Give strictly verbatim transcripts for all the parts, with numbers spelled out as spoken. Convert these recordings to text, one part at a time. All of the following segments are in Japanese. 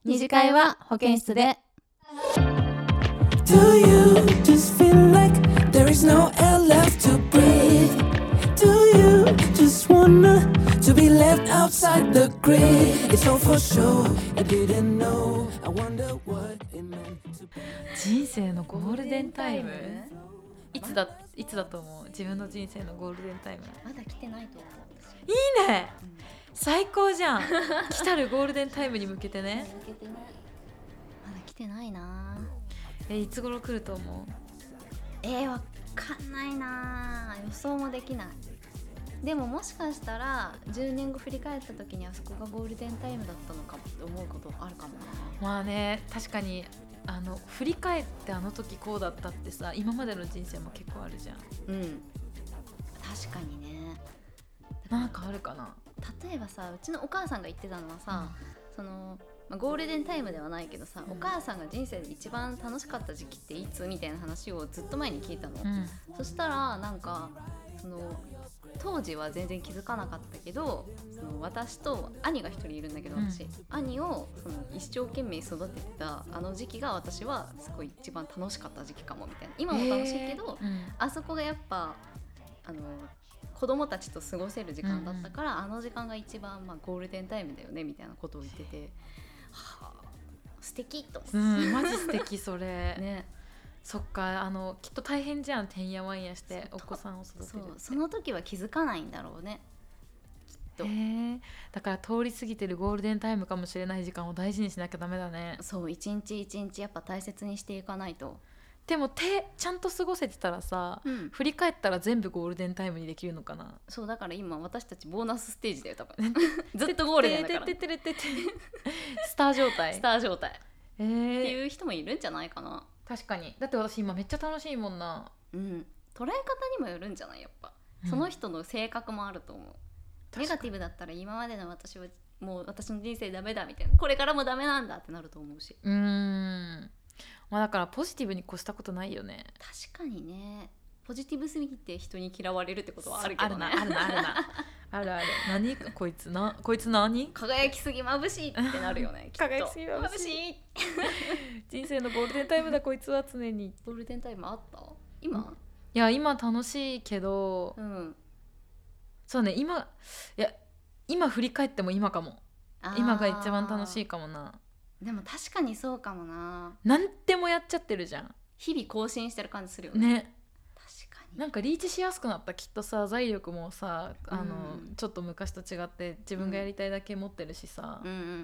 二次会は保健室で。 Do you just feel like there is no air left to breathe? Do you just wanna to be left outside the grid? It's all for sure, you didn't know. I wonder what it meant to be. 人生のゴールデンタイムいつだいつだと思う？自分の人生のゴールデンタイム。 まだ来てないと思う私。 いいね、うん、最高じゃん来たるゴールデンタイムに向けてね。 向けてない。まだ来てないな。 え、いつ頃来ると思う？ えー、わかんないな。予想もできない。でももしかしたらじゅうねんご振り返った時にあそこがゴールデンタイムだったのかもって思うことあるかもな。 まあね、確かにあの振り返ってあの時こうだったってさ、今までの人生も結構あるじゃん。 うん、確かにね。 なんかあるかな。 例えばさ、うちのお母さんが言ってたのはさ、うん、そのまあ、ゴールデンタイムではないけどさ、うん、お母さんが人生で一番楽しかった時期っていつみたいな話をずっと前に聞いたの、うん、そしたらなんかその当時は全然気づかなかったけど、その私と兄が一人いるんだけど、私、うん、兄をその一生懸命育ててたあの時期が私はすごい一番楽しかった時期かもみたいな。今も楽しいけど、うん、あそこがやっぱあの子供たちと過ごせる時間だったから、うんうん、あの時間が一番、まあ、ゴールデンタイムだよねみたいなことを言ってて、はあ、素敵と思って、 うん、マジ素敵それね。 そっか、あのきっと大変じゃん、てんやわんやしてお子さんを育てるって。 そう、その時は気づかないんだろうね、きっと。 へ、だから通り過ぎてるゴールデンタイムかもしれない時間を大事にしなきゃダメだね。 そう、一日一日やっぱ大切にしていかないと。 でも手ちゃんと過ごせてたらさ、うん、振り返ったら全部ゴールデンタイムにできるのかな。 そうだから今私たちボーナスステージだよ多分ずっとゴールデンだからスター状態スター状態、 えー、 っていう人もいるんじゃないかな。 確かに。だって私今めっちゃ楽しいもんな。 うん、捉え方にもよるんじゃない？やっぱ、うん、その人の性格もあると思う。ネガティブだったら今までの私はもう私の人生ダメだみたいな、これからもダメなんだってなると思うし。 うーん、まあ、だからポジティブに越したことないよね。 確かにね。ポジティブすぎて人に嫌われるってことはあるけどね。 あるなあるなあるなあるある。何こいつな、こいつ何輝きすぎ眩しいってなるよね輝きすぎ眩しい人生のゴールデンタイムだこいつは。常にゴールデンタイムあった今？ いや今楽しいけど、うん、そうね、今いや今振り返っても今かも。今が一番楽しいかもな。 でも確かにそうかもな。 なんでもやっちゃってるじゃん。 日々更新してる感じするよね。 ね、確かに。なんかリーチしやすくなった。きっとさ、財力もさ、あの、うん、ちょっと昔と違って自分がやりたいだけ持ってるしさ、 うんうんうんうん、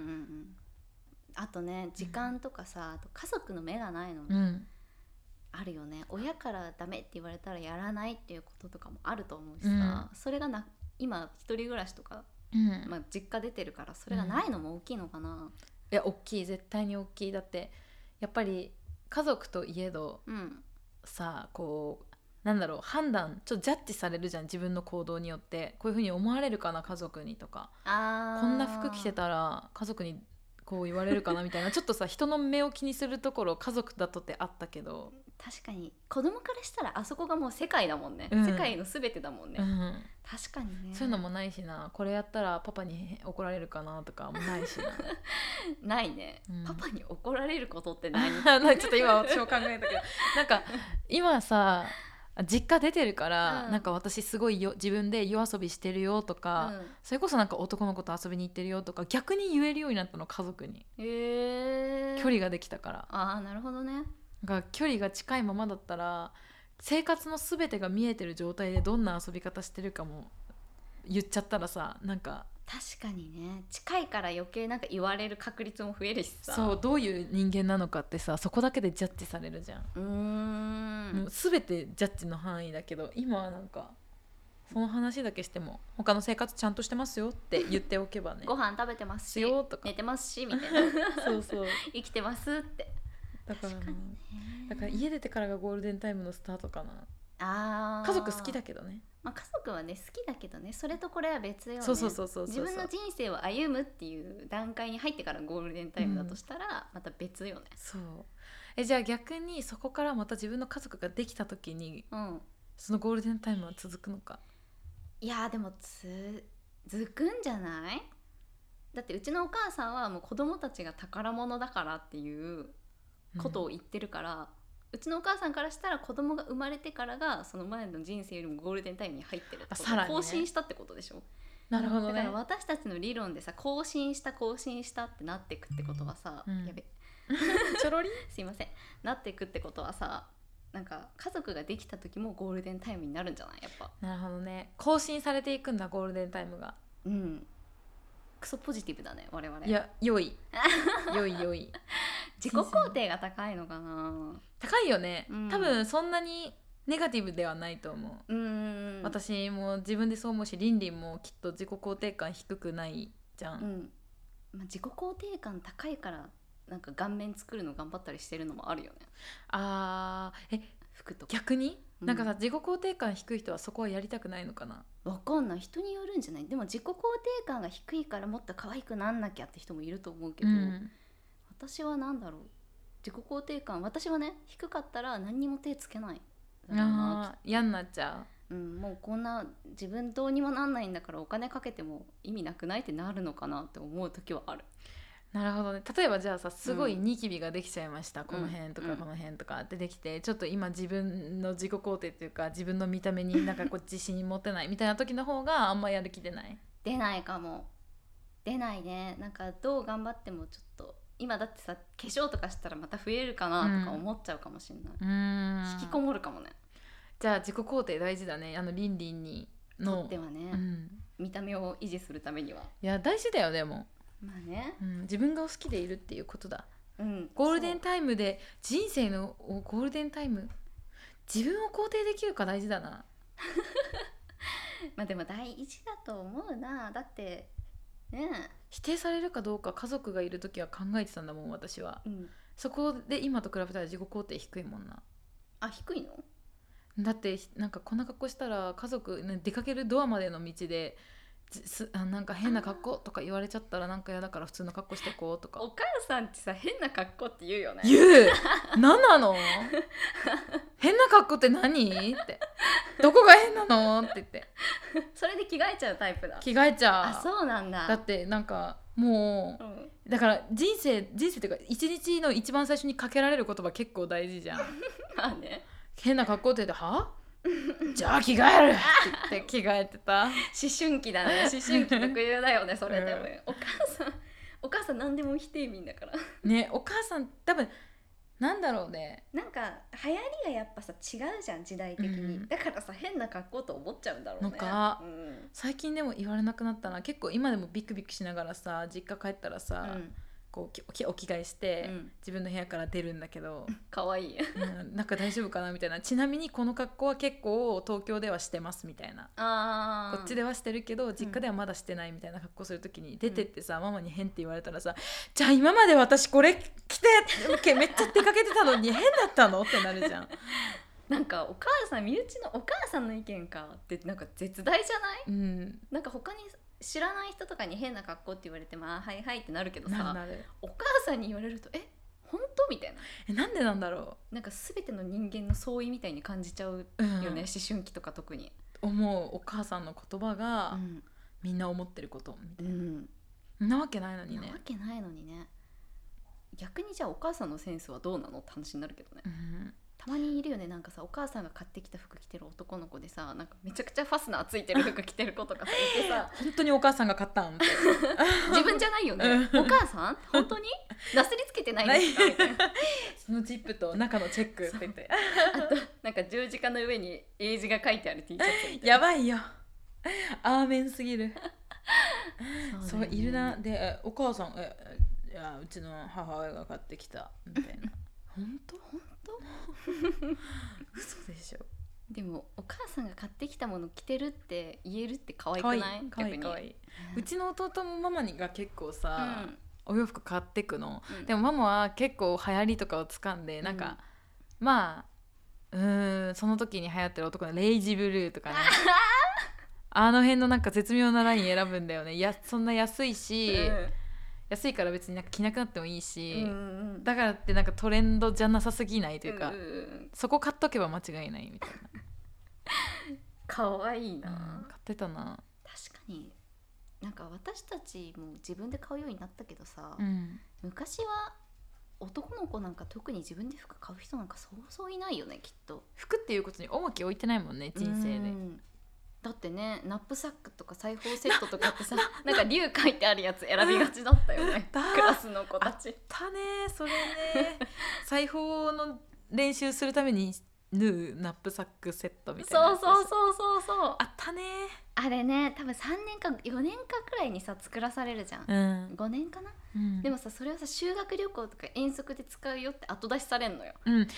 あとね時間とかさ、あと家族の目がないの、 うん、 あるよね。親からダメって言われたらやらないっていうこととかもあると思うしさ、うん、それがな今一人暮らしとか、うんまあ、実家出てるからそれがないのも大きいのかな、うん、 いや大きい、絶対に大きい。だってやっぱり家族といえど、うん、さあこうなんだろう、判断ちょっとジャッジされるじゃん、自分の行動によって。こういう風に思われるかな家族にとか、 あこんな服着てたら家族にこう言われるかなみたいなちょっとさ人の目を気にするところ家族だとってあったけど、 確かに子供からしたらあそこがもう世界だもんね、うん、世界の全てだもんね、うん、確かにね。 そういうのもないしな。これやったらパパに怒られるかなとかもないしなないね、うん、パパに怒られることって何ちょっと今私も考えたけどなんか今さ実家出てるから、うん、なんか私すごいよ自分で夜遊びしてるよとか、うん、それこそなんか男の子と遊びに行ってるよとか逆に言えるようになったの、家族に。 へー、 距離ができたから。 あー、なるほどね。 が距離が近いままだったら生活の全てが見えてる状態でどんな遊び方してるかも言っちゃったらさ、なんか確かにね、近いから余計なんか言われる確率も増えるしさ。 そう、どういう人間なのかってさそこだけでジャッジされるじゃん。 うーん、 もう全てジャッジの範囲だけど、今はなんかその話だけしても他の生活ちゃんとしてますよって言っておけばねご飯食べてますしよとか寝てますしみたいなそうそう生きてますって。 だから、 確かにね、 だから家出てからがゴールデンタイムのスタートかな。 あ、 家族好きだけどね、 まあ、家族はね好きだけどね、それとこれは別よね。 そうそうそうそうそう。 自分の人生を歩むっていう段階に入ってからゴールデンタイムだとしたらまた別よね、うん、 そう。えじゃあ逆にそこからまた自分の家族ができた時に、うん、そのゴールデンタイムは続くのか。 いやでもつ続くんじゃない？ だってうちのお母さんはもう子供たちが宝物だからっていうことを言ってるから、うん、うちのお母さんからしたら子供が生まれてからがその前の人生よりもゴールデンタイムに入ってるってこと、 さらにね、 更新したってことでしょ。 なるほどね。 だから私たちの理論でさ、更新した更新したってなっていくってことはさ、うん、やべちょろりすいません、なっていくってことはさ、なんか家族ができた時もゴールデンタイムになるんじゃない？やっぱ。 なるほどね。更新されていくんだ、ゴールデンタイムが。 うん、クソポジティブだね我々。 いや、良い良い良い自己肯定が高いのかな。 高いよね、 うん、 多分そんなにネガティブではないと思う。うーん、 私も自分でそう思うし、リンリンもきっと自己肯定感低くないじゃん、 うんまあ、自己肯定感高いからなんか顔面作るの頑張ったりしてるのもあるよね。 あー、え服とか逆に、うん、なんかさ、自己肯定感低い人はそこはやりたくないのかな。 わかんない、人によるんじゃない。でも自己肯定感が低いからもっと可愛くなんなきゃって人もいると思うけど、うん、私はなんだろう、自己肯定感、私はね低かったら何にも手つけない。 あ、嫌になっちゃう、うん、もうこんな自分どうにもなんないんだからお金かけても意味なくないってなるのかなって思う時はある。 なるほどね。例えばじゃあさ、すごいニキビができちゃいました、うん、この辺とかこの辺とかってできて、うん、ちょっと今自分の自己肯定っていうか自分の見た目になんかこう自信持てないみたいな時の方があんまやる気出ない？ 出ないかも。出ないね。なんかどう頑張ってもちょっと今だってさ、化粧とかしたらまた増えるかなとか思っちゃうかもしれない、うん、引きこもるかもね。 じゃあ自己肯定大事だね、あのリンリンにのとってはね、 うん、 見た目を維持するためには。 いや大事だよ。でもまあね、 うん、自分が好きでいるっていうことだ、 うん、 ゴールデンタイムで人生のゴールデンタイム、自分を肯定できるか大事だなまあでも大事だと思うな。だってね、 否定されるかどうか家族がいる時は考えてたんだもん私は、 うん、 そこで今と比べたら自己肯定低いもんな。 あ、低いの？ だってなんかこんな格好したら家族、ね、出かけるドアまでの道ですあなんか変な格好とか言われちゃったらなんか嫌だから普通の格好してこうとか。 お母さんってさ、変な格好って言うよね。 言う何なの変な格好って何ってどこが変なのって言ってそれで着替えちゃうタイプだ。 着替えちゃう。 あ、そうなんだ。 だってなんかもう、うん、だから人生人生っていうか一日の一番最初にかけられる言葉結構大事じゃんまあね、 変な格好って言ってはじゃあ着替えるって言って着替えてた。思春期だね。思春期特有だよねそれでも、うん、お母さんお母さん何でも非定民だからね。お母さん多分なんだろうね、 なんか流行りがやっぱさ違うじゃん時代的に、うん、だからさ変な格好と思っちゃうんだろうね。 のか、 うん、 最近でも言われなくなったな。結構今でもビクビクしながらさ実家帰ったらさ、うん、こうお着替えして、うん、自分の部屋から出るんだけどかわいい、 うん、なんか大丈夫かなみたいな。ちなみにこの格好は結構東京ではしてますみたいな、 あこっちではしてるけど実家ではまだしてないみたいな格好するときに出てってさ、うん、ママに変って言われたらさ、じゃあ今まで私これ着てめっちゃ出かけてたのに変だったのってなるじゃんなんかお母さん、身内のお母さんの意見かってなんか絶大じゃない、うん、なんか他に知らない人とかに変な格好って言われても、あ、はいはいってなるけどさ、 なるなる。 お母さんに言われるとえ本当みたいな。 えなんでなんだろう。なんか全ての人間の相違みたいに感じちゃうよね、うん、思春期とか特に思う。お母さんの言葉が、うん、みんな思ってることみたいな、うん、なわけないのにね。 なわけないのにね。逆にじゃあお母さんのセンスはどうなのって話になるけどね、うん、たまにいるよね。なんかさ、お母さんが買ってきた服着てる男の子でさ、なんかめちゃくちゃファスナーついてる服着てる子とかさいてさ本当にお母さんが買ったんって自分じゃないよねお母さん本当になすりつけてないですかみたいなそのジップと中のチェックって言ってあとなんか十字架の上に英字が書いてある T シャツみたいな。 やばいよアーメンすぎるそう、 ね、 そういるな。でお母さんえいやうちの母親が買ってきたみたいな本当本当嘘でしょ。 でもお母さんが買ってきたもの着てるって言えるって可愛くない？ 可愛い可愛い。うちの弟もママにが結構さ、うん、お洋服買ってくの、うん、でもママは結構流行りとかを掴んでなんか、うん、まあうーんその時に流行ってる男のレイジブルーとかねあの辺のなんか絶妙なライン選ぶんだよね。やそんな安いし、うん安いから別になんか着なくなってもいいし、うんうん、だからってなんかトレンドじゃなさすぎないというか、うんうん、そこ買っとけば間違いないみたいな。 かわいいな、 うん、買ってたな。 確かになんか私たちも自分で買うようになったけどさ、 うん、 昔は男の子なんか特に自分で服買う人なんかそうそういないよねきっと。 服っていうことに重き置いてないもんね人生で。 だってねナップサックとか裁縫セットとかってさなんか竜書いてあるやつ選びがちだったよねクラスの子たち。 あったねそれね裁縫の練習するために縫うナップサックセットみたいなやつ。 そうそうそうそうそうあったね。 あれね多分さんねんかよねんかくらいにさ作らされるじゃん、 うん、 ごねんかな、 うん、 でもさそれをさ修学旅行とか遠足で使うよって後出しされんのよ、 うん、や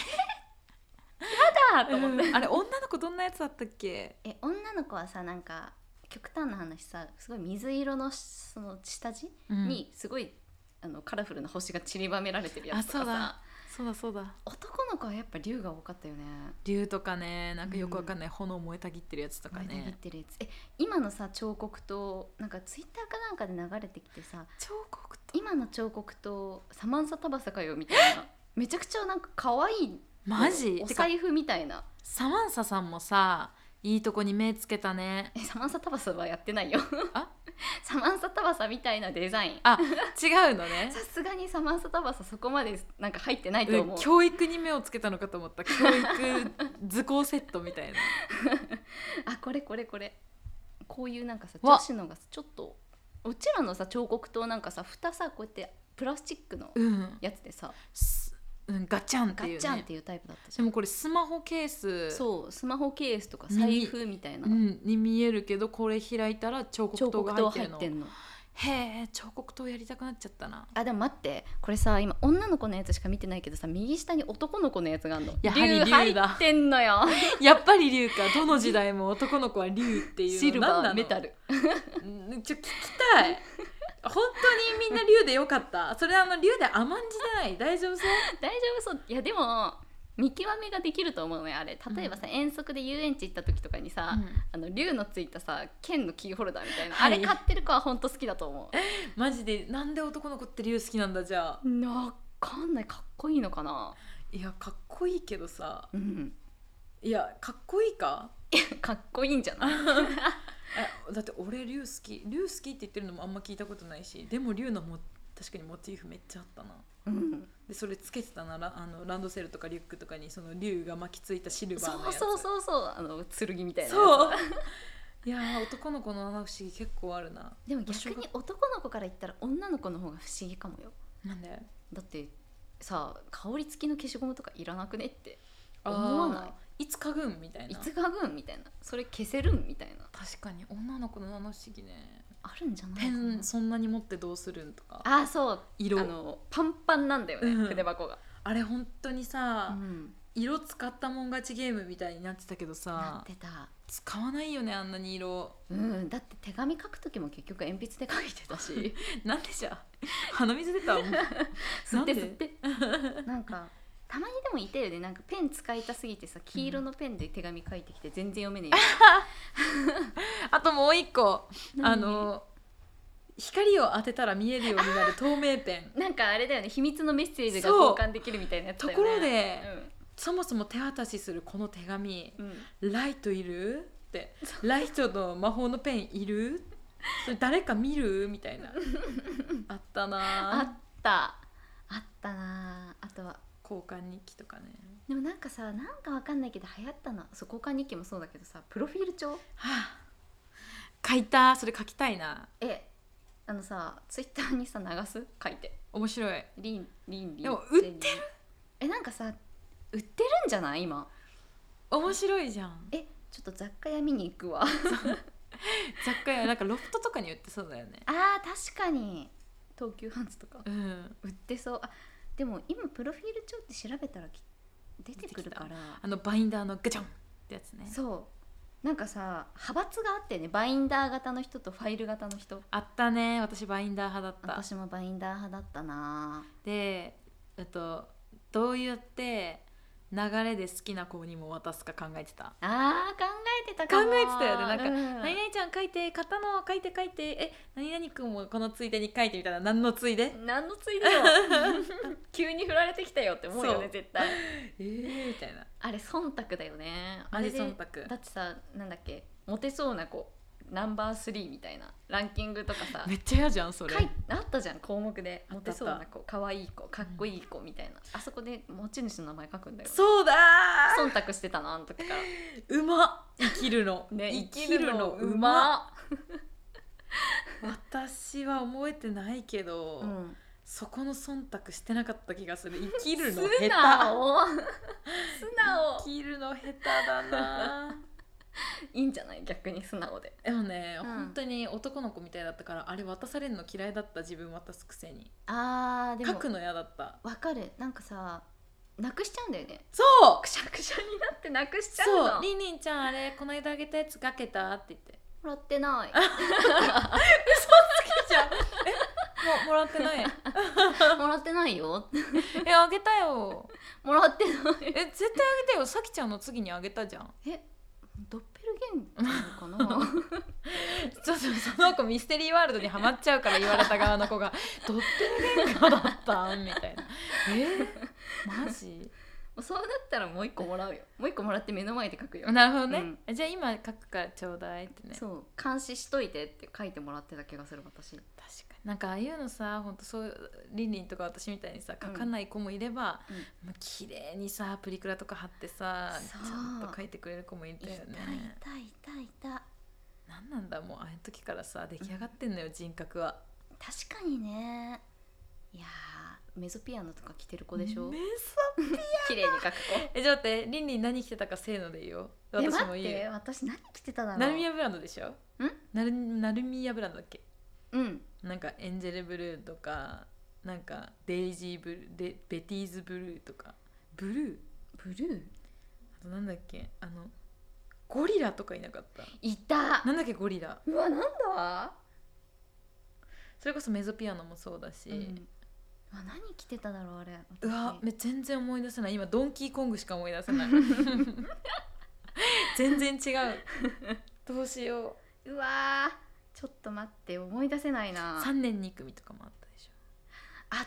だと思って、 うん、あれ女の子どんなやつだったっけ。 え女の子はさなんか極端な話さすごい水色のその下地、うん、にすごいあのカラフルな星が散りばめられてるやつとかさ。 そうだそうだ男の子はやっぱ竜が多かったよね。 竜とかねなんかよくわかんない炎燃えたぎってるやつとかね、 燃えたぎってるやつ。え今のさ彫刻刀なんかツイッターかなんかで流れてきてさ彫刻刀今の彫刻刀サマンサタバサかよみたいなめちゃくちゃなんか可愛いマジお財布みたいな。 サマンサさんもさいいとこに目つけたね。 えサマンサタバサはやってないよあサマンサタバサみたいなデザイン。 あ違うのねさすがにサマンサタバサそこまでなんか入ってないと思う。 教育に目をつけたのかと思った。教育図工セットみたいなあこれこれこれこういうなんかさ女子のがちょっとうちらのさ彫刻刀なんかさ蓋さこうやってプラスチックのやつでさ、 うんうん、ガチャンっていうねガチャンっていうタイプだったじゃん。 でもこれスマホケースそうスマホケースとか財布みたいなに,、うん、に見えるけどこれ開いたら彫刻刀が入ってるの。 彫刻刀入ってんの。 へえ彫刻刀やりたくなっちゃったな。 あでも待ってこれさ今女の子のやつしか見てないけどさ右下に男の子のやつがあるの。 やはり竜だ。 竜入ってんのよやっぱり竜か。どの時代も男の子は竜っていうの。 シルバーメタルちょ聞きたい本当にみんな竜でよかった。それあの竜で甘んじてない。大丈夫そう大丈夫そう。いやでも見極めができると思うねあれ。例えばさ、うん、遠足で遊園地行った時とかにさ、うん、あの竜のついたさ剣のキーホルダーみたいな、はい、あれ買ってる子は本当好きだと思う。 マジでなんで男の子って竜好きなんだじゃあ。 わかんないかっこいいのかな。 いやかっこいいけどさ、 うん、 いやかっこいいかかっこいいんじゃないだって俺竜好き竜好きって言ってるのもあんま聞いたことないし、でも竜のも確かにモチーフめっちゃあったな、 うん、 でそれつけてたならあのランドセルとかリュックとかにその竜が巻きついたシルバーのやつ。 そうそうそうそうあの剣みたいなやつ。 そういや男の子の七不思議結構あるな。 でも逆に男の子から言ったら女の子の方が不思議かもよ。 なんで？ だってさ香り付きの消しゴムとかいらなくねって思わない？ いつ嗅ぐんみたいな。 いつ嗅ぐんみたいな。それ消せるんみたいな。 確かに女の子の七不思議ね。 あるんじゃないペンそんなに持ってどうするんとか。 あそう色あのパンパンなんだよね、うん、筆箱が。 あれ本当にさ、 うん、 色使ったもん勝ちゲームみたいになってたけどさ。 なってた。 使わないよねあんなに色。 うんだって手紙書く時も結局鉛筆で書いてたしなんでじゃ鼻水出たもん吸って吸ってなんかたまにでもいたよね。なんかペン使いたすぎてさ黄色のペンで手紙書いてきて全然読めねえ、 うん、あともう一個あの光を当てたら見えるようになる透明ペン。 なんかあれだよね秘密のメッセージが交換できるみたいなやつだよね。 ところで、うん、そもそも手渡しするこの手紙、うん、ライトいるってライトの魔法のペンいるそれ誰か見るみたいなあったな。 あったあったな。あとは交換日記とかね。 でもなんかさなんかわかんないけど流行ったな。そう交換日記もそうだけどさプロフィール帳、はあ、書いた。それ書きたいな。 えあのさツイッターにさ流す書いて面白い。 リンリンリンでも売ってる。 えなんかさ売ってるんじゃない今。 面白いじゃん。 えちょっと雑貨屋見に行くわ雑貨屋なんかロフトとかに売ってそうだよね。 あー確かに東急ハンズとか、うん、売ってそう。あでも今プロフィール帳って調べたら出てくるから。 あのバインダーのガチャンってやつね。 そうなんかさ派閥があってねバインダー型の人とファイル型の人。 あったね。私バインダー派だった。 私もバインダー派だったな。 で、えっと、どうやって流れで好きな子にも渡すか考えてた。 あー考えてたかも。 考えてたよね。なんか、うん、何々ちゃん書いて買ったの書いて書いてえ何々くんもこのついでに書いてみたら何のついで何のついでよ急に振られてきたよって思うよね絶対。 えーみたいな。 あれ忖度だよね。 あれ忖度だってさなんだっけモテそうな子ナンバースリーみたいなランキングとかさめっちゃ嫌じゃんそれ。 書いあったじゃん項目でモテそうあったな子可愛い子かっこいい子みたいな、あそこで持ち主の名前書くんだよ。 そうだ忖度してたのあの時からーうま生きるのね生きるのうま私は覚えてないけど、 うん、 そこの忖度してなかった気がする。生きるの下素手直素直生きるの下手だないいんじゃない逆に素直で。 でもね、 うん、 本当に男の子みたいだったからあれ渡されるの嫌いだった。自分渡すくせにあーでも書くの嫌だった。 わかる。なんかさなくしちゃうんだよね。 そうくしゃくしゃになってなくしちゃうの。 そうりんりんちゃんあれこの間あげたやつ書けたって言ってもらってない嘘つきじゃんえももらってないもらってないよえあげたよもらってないえ絶対あげたよ。さきちゃんの次にあげたじゃん。 えドッペルゲンガーかなちょっとその子ミステリーワールドにハマっちゃうから言われた側の子がドッペルゲンガーだったみたいなえマジそうなったらもう一個もらうよ。もう一個もらって目の前で書くよ。 なるほどね、 うん、 じゃあ今書くからちょうだいってね。 そう監視しといてって書いてもらってた気がする私。 確かになんかああいうのさほんとそうりんりんとか私みたいにさ書かない子もいれば、うん、もう綺麗にさプリクラとか貼ってさちゃんと書いてくれる子もいたよね。 いたいたいたいた。 なんなんだもうああいう時からさ出来上がってんのよ、うん、人格は。 確かにね。いやメゾピアノとか着てる子でしょ。 メゾピアノ綺麗に描く子えちょっと待ってりんりん何着てたかせーのでいいよ。私も言う。 え待って私何着てただろう。 ナルミヤブランドでしょ。んナルナルミヤブランドだっけ。 うんなんかエンジェルブルーとかなんかデイジーブルーでベティーズブルーとかブルーブルーあとなんだっけあのゴリラとかいなかった。 いた。 なんだっけゴリラ。 うわなんだそれこそメゾピアノもそうだし、うん、 あ何着てただろうあれ。 うわ全然思い出せない。今ドンキーコングしか思い出せない全然違うどうしよう。うわちょっと待って思い出せないな。 さんねんに組とかもあったでしょ。 あった。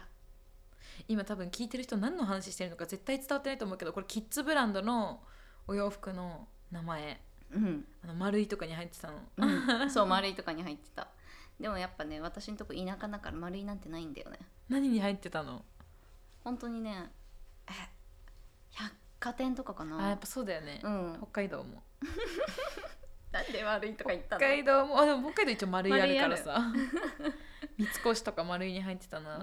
今多分聞いてる人何の話してるのか絶対伝わってないと思うけど、これキッズブランドのお洋服の名前、 うん、 あの丸いとかに入ってたの、 うん、そう丸いとかに入ってた。でもやっぱね私のとこ田舎だから丸いなんてないんだよね。 何に入ってたの。 本当にねえ百貨店とかかな。 あやっぱそうだよね、うん、北海道もなんで丸いとか言ったの。 北海道もあでも北海道一応丸いあるからさ三越とか丸いに入ってたな、 うん、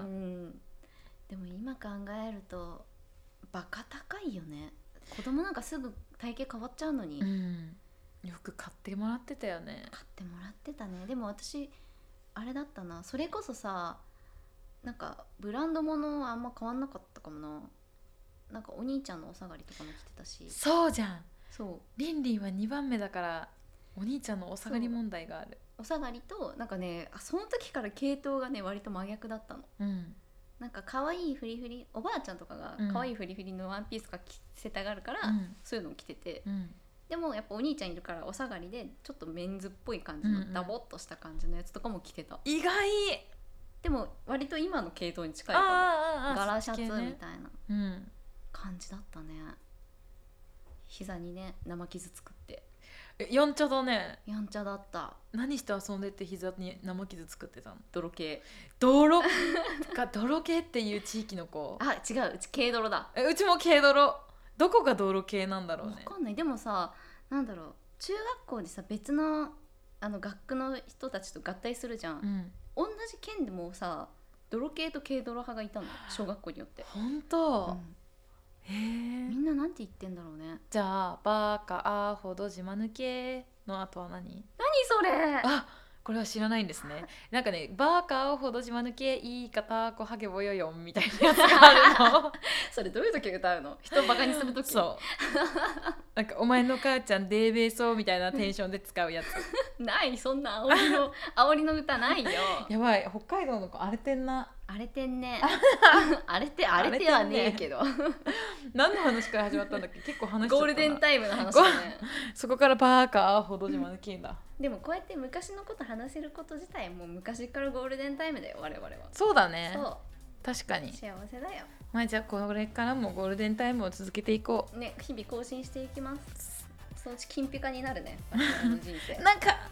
でも今考えるとバカ高いよね。子供なんかすぐ体型変わっちゃうのに、うん、 よく買ってもらってたよね。 買ってもらってたね。でも私あれだったな、それこそさなんかブランド物あんま変わんなかったかもな。なんかお兄ちゃんのお下がりとかも着てたし。 そうじゃん。 そうリンリンはにばんめだからお兄ちゃんのお下がり問題がある。 お下がりとなんかねその時から系統がね割と真逆だったの、うん、なんか可愛いフリフリおばあちゃんとかが可愛いフリフリのワンピースが着せたがるから、うん、そういうのを着てて、うん、でもやっぱお兄ちゃんいるからお下がりでちょっとメンズっぽい感じの、うんうん、ダボっとした感じのやつとかも着てた。 意外。 でも割と今の系統に近いかも。ガラシャツみたいな感じだったね。膝にね生傷作ってやんちゃだね。 やんちゃだった。 何して遊んでって膝に生傷作ってたの。 泥系。 泥か泥系っていう地域の子。 あ違ううち軽泥だ。 えうちも軽泥。どこが泥系なんだろうね。 分かんない。でもさなんだろう中学校でさ別のあの学区の人たちと合体するじゃん、うん、同じ県でもさ泥系と軽泥派がいたの小学校によって。 本当、うんへみんななんて言ってんだろうね。 じゃあバカアホド島抜けの後は何？ 何それ。 あこれは知らないんですね。なんかねバカアホド島抜けいいかたこハゲボヨヨンみたいなやつがあるのそれどういう時歌うの？人をバカにする時。 そうなんかお前の母ちゃんデーベーソーみたいなテンションで使うやつないそんな煽りの煽りの歌ないよ。 やばい北海道の子荒れてんな。 荒れてんね荒れて荒れてはねえけど何の話から始まったんだっけ。結構話しちゃったな。 ゴールデンタイムの話だねそこからバーカーほど島抜きんだでもこうやって昔のこと話せること自体もう昔からゴールデンタイムだよ我々は。 そうだね。 そう確かに幸せだよ。 まあじゃあこれからもゴールデンタイムを続けていこうね。日々更新していきます。そのうち金ピカになるね私の人生なんか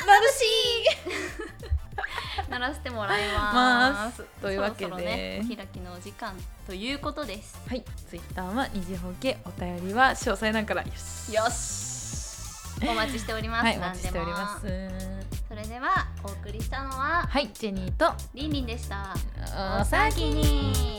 鳴らしてもらいますというわけでそろそろね、お開きのお時間ということです。 はい、ツイッターはにじほけ、お便りは詳細欄からよしよしお待ちしております。 はい、お待ちしております。 それではお送りしたのははい、ジェニーとリンリンでした。 お先に。